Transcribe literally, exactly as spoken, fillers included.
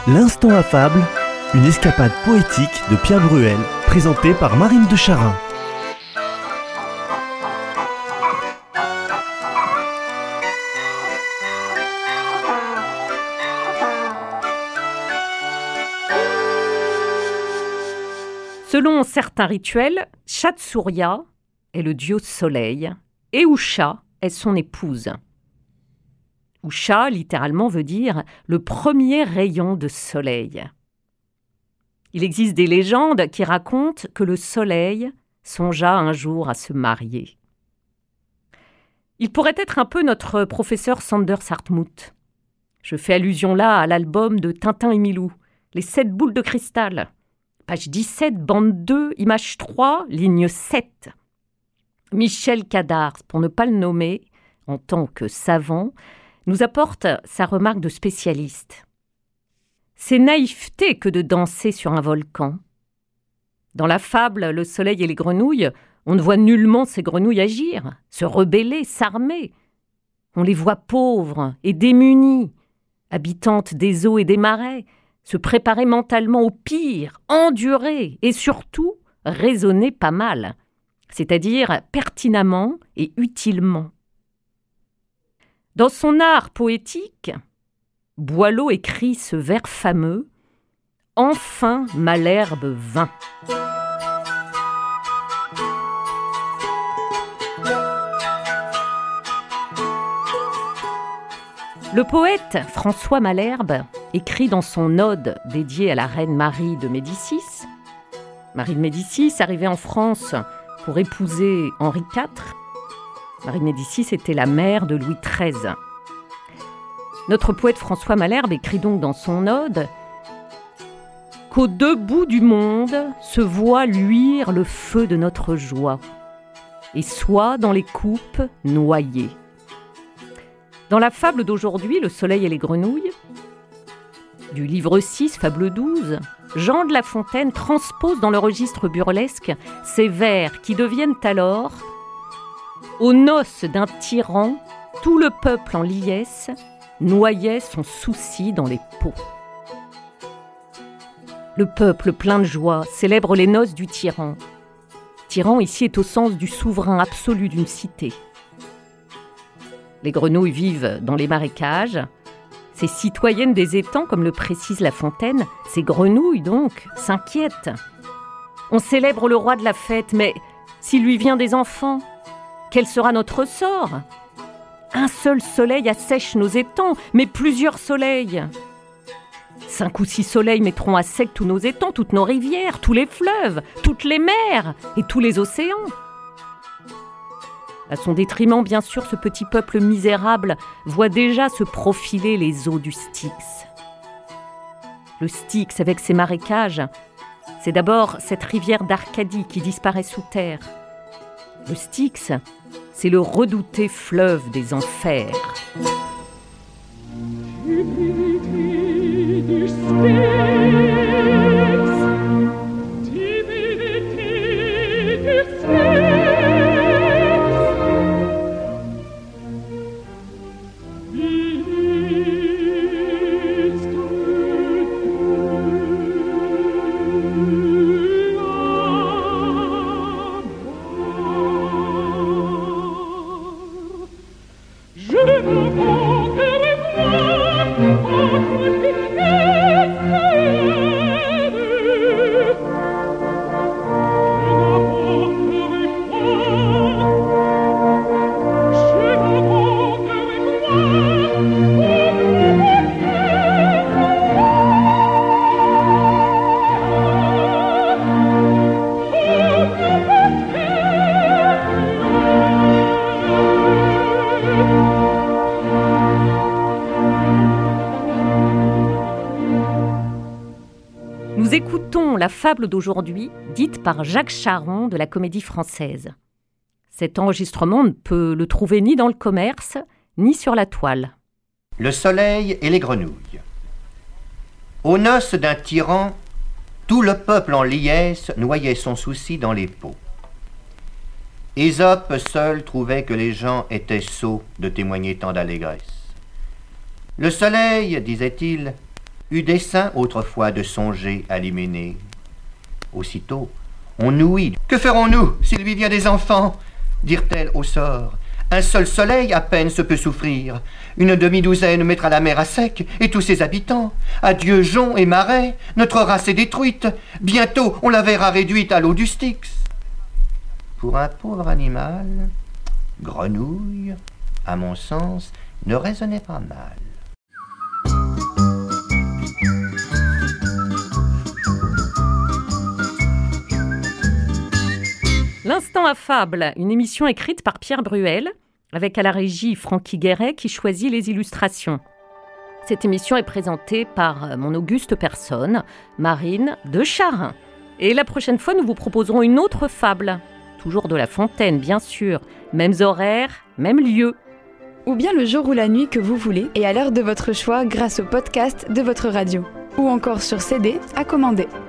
L'instant affable, une escapade poétique de Pierre Bruel, présentée par Marine de Charin. Selon certains rituels, Chatsurya est le dieu soleil et Usha est son épouse. Usha, littéralement, veut dire le premier rayon de soleil. Il existe des légendes qui racontent que le soleil songea un jour à se marier. Il pourrait être un peu notre professeur Sanders Hartmut. Je fais allusion là à l'album de Tintin et Milou, Les sept boules de cristal. Page dix-sept, bande deux, image trois, ligne sept. Michel Cadars, pour ne pas le nommer, en tant que savant, nous apporte sa remarque de spécialiste. C'est naïveté que de danser sur un volcan. Dans la fable Le soleil et les grenouilles, on ne voit nullement ces grenouilles agir, se rebeller, s'armer. On les voit pauvres et démunies, habitantes des eaux et des marais, se préparer mentalement au pire, endurer et surtout raisonner pas mal, c'est-à-dire pertinemment et utilement. Dans son art poétique, Boileau écrit ce vers fameux « Enfin Malherbe vint ». Le poète François Malherbe écrit dans son ode dédiée à la reine Marie de Médicis. Marie de Médicis arrivait en France pour épouser Henri quatre. Marie de Médicis était la mère de Louis treize. Notre poète François Malherbe écrit donc dans son ode qu'aux deux bouts du monde se voit luire le feu de notre joie et soit dans les coupes noyé. Dans la fable d'aujourd'hui, Le soleil et les grenouilles, du livre six, fable douze, Jean de La Fontaine transpose dans le registre burlesque ces vers qui deviennent alors « Aux noces d'un tyran, tout le peuple en liesse noyait son souci dans les pots. » Le peuple plein de joie célèbre les noces du tyran. Tyran ici est au sens du souverain absolu d'une cité. Les grenouilles vivent dans les marécages. Ces citoyennes des étangs, comme le précise La Fontaine, ces grenouilles donc, s'inquiètent. On célèbre le roi de la fête, mais s'il lui vient des enfants, quel sera notre sort ? Un seul soleil assèche nos étangs, mais plusieurs soleils. Cinq ou six soleils mettront à sec tous nos étangs, toutes nos rivières, tous les fleuves, toutes les mers et tous les océans. À son détriment, bien sûr, ce petit peuple misérable voit déjà se profiler les eaux du Styx. Le Styx, avec ses marécages, c'est d'abord cette rivière d'Arcadie qui disparaît sous terre. Le Styx, c'est le redouté fleuve des enfers. Nous écoutons la fable d'aujourd'hui, dite par Jacques Charon de la Comédie Française. Cet enregistrement, on ne peut le trouver ni dans le commerce, ni sur la toile. Le soleil et les grenouilles. Aux noces d'un tyran, tout le peuple en liesse noyait son souci dans les pots. Ésope seul trouvait que les gens étaient sots de témoigner tant d'allégresse. Le soleil, disait-il, eut dessein autrefois de songer à l'hyménée. Aussitôt, on ouït. Que ferons-nous s'il lui vient des enfants? Dirent-elles au sort. Un seul soleil à peine se peut souffrir. Une demi-douzaine mettra la mer à sec et tous ses habitants. Adieu joncs et marais, notre race est détruite. Bientôt on la verra réduite à l'eau du Styx. Pour un pauvre animal, grenouille, à mon sens, ne raisonnait pas mal. L'Instant à Fable, une émission écrite par Pierre Bruel, avec à la régie Francky Guéret qui choisit les illustrations. Cette émission est présentée par mon auguste personne, Marine de Charin. Et la prochaine fois, nous vous proposerons une autre fable. Toujours de La Fontaine, bien sûr. Mêmes horaires, même lieu. Ou bien le jour ou la nuit que vous voulez et à l'heure de votre choix grâce au podcast de votre radio. Ou encore sur C D à commander.